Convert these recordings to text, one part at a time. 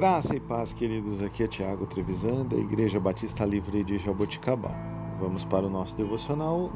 Graça e paz, queridos. Aqui é Tiago Trevisan, da Igreja Batista Livre de Jaboticabá. Vamos para o nosso devocional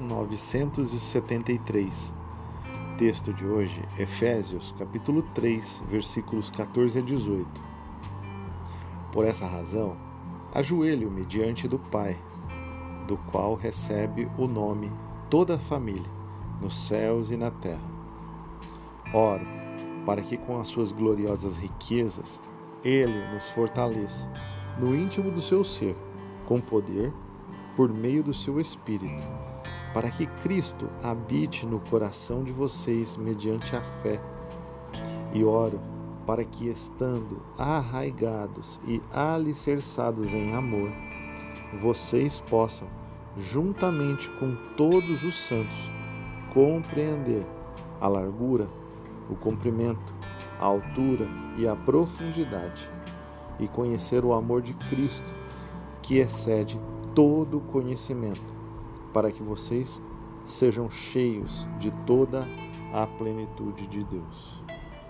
973. Texto de hoje, Efésios, capítulo 3, versículos 14 a 18. Por essa razão, ajoelho-me diante do Pai, do qual recebe o nome toda a família, nos céus e na terra. Oro para que com as suas gloriosas riquezas Ele nos fortaleça no íntimo do seu ser, com poder, por meio do seu Espírito, para que Cristo habite no coração de vocês mediante a fé. E oro para que, estando arraigados e alicerçados em amor, vocês possam, juntamente com todos os santos, compreender a largura, o comprimento, a altura e a profundidade, e conhecer o amor de Cristo, que excede todo conhecimento, para que vocês sejam cheios de toda a plenitude de Deus.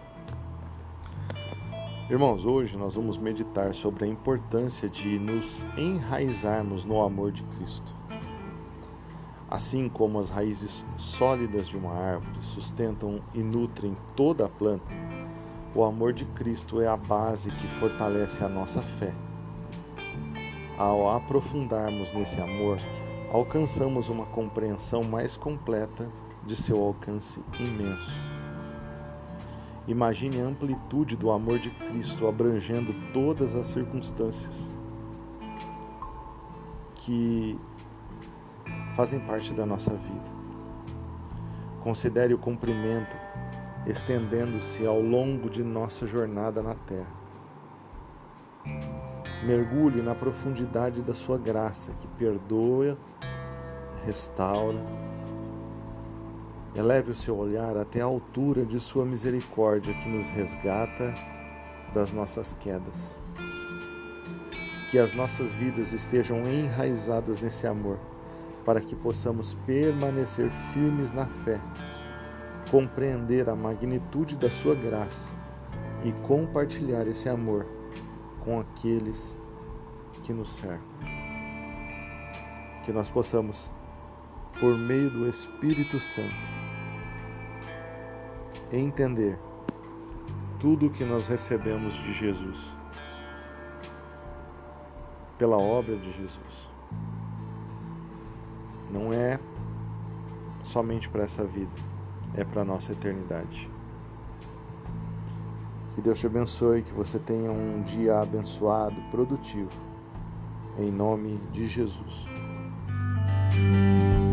Irmãos, hoje nós vamos meditar sobre a importância de nos enraizarmos no amor de Cristo. Assim como as raízes sólidas de uma árvore sustentam e nutrem toda a planta, o amor de Cristo é a base que fortalece a nossa fé. Ao aprofundarmos nesse amor, alcançamos uma compreensão mais completa de seu alcance imenso. Imagine a amplitude do amor de Cristo abrangendo todas as circunstâncias que fazem parte da nossa vida. Considere o comprimento estendendo-se ao longo de nossa jornada na terra. Mergulhe na profundidade da sua graça, que perdoa, restaura. Eleve o seu olhar até a altura de sua misericórdia, que nos resgata das nossas quedas. Que as nossas vidas estejam enraizadas nesse amor, para que possamos permanecer firmes na fé, compreender a magnitude da sua graça e compartilhar esse amor com aqueles que nos cercam. Que nós possamos, por meio do Espírito Santo, entender tudo o que nós recebemos de Jesus, pela obra de Jesus. Não é somente para essa vida, é para a nossa eternidade. Que Deus te abençoe, que você tenha um dia abençoado, produtivo, em nome de Jesus.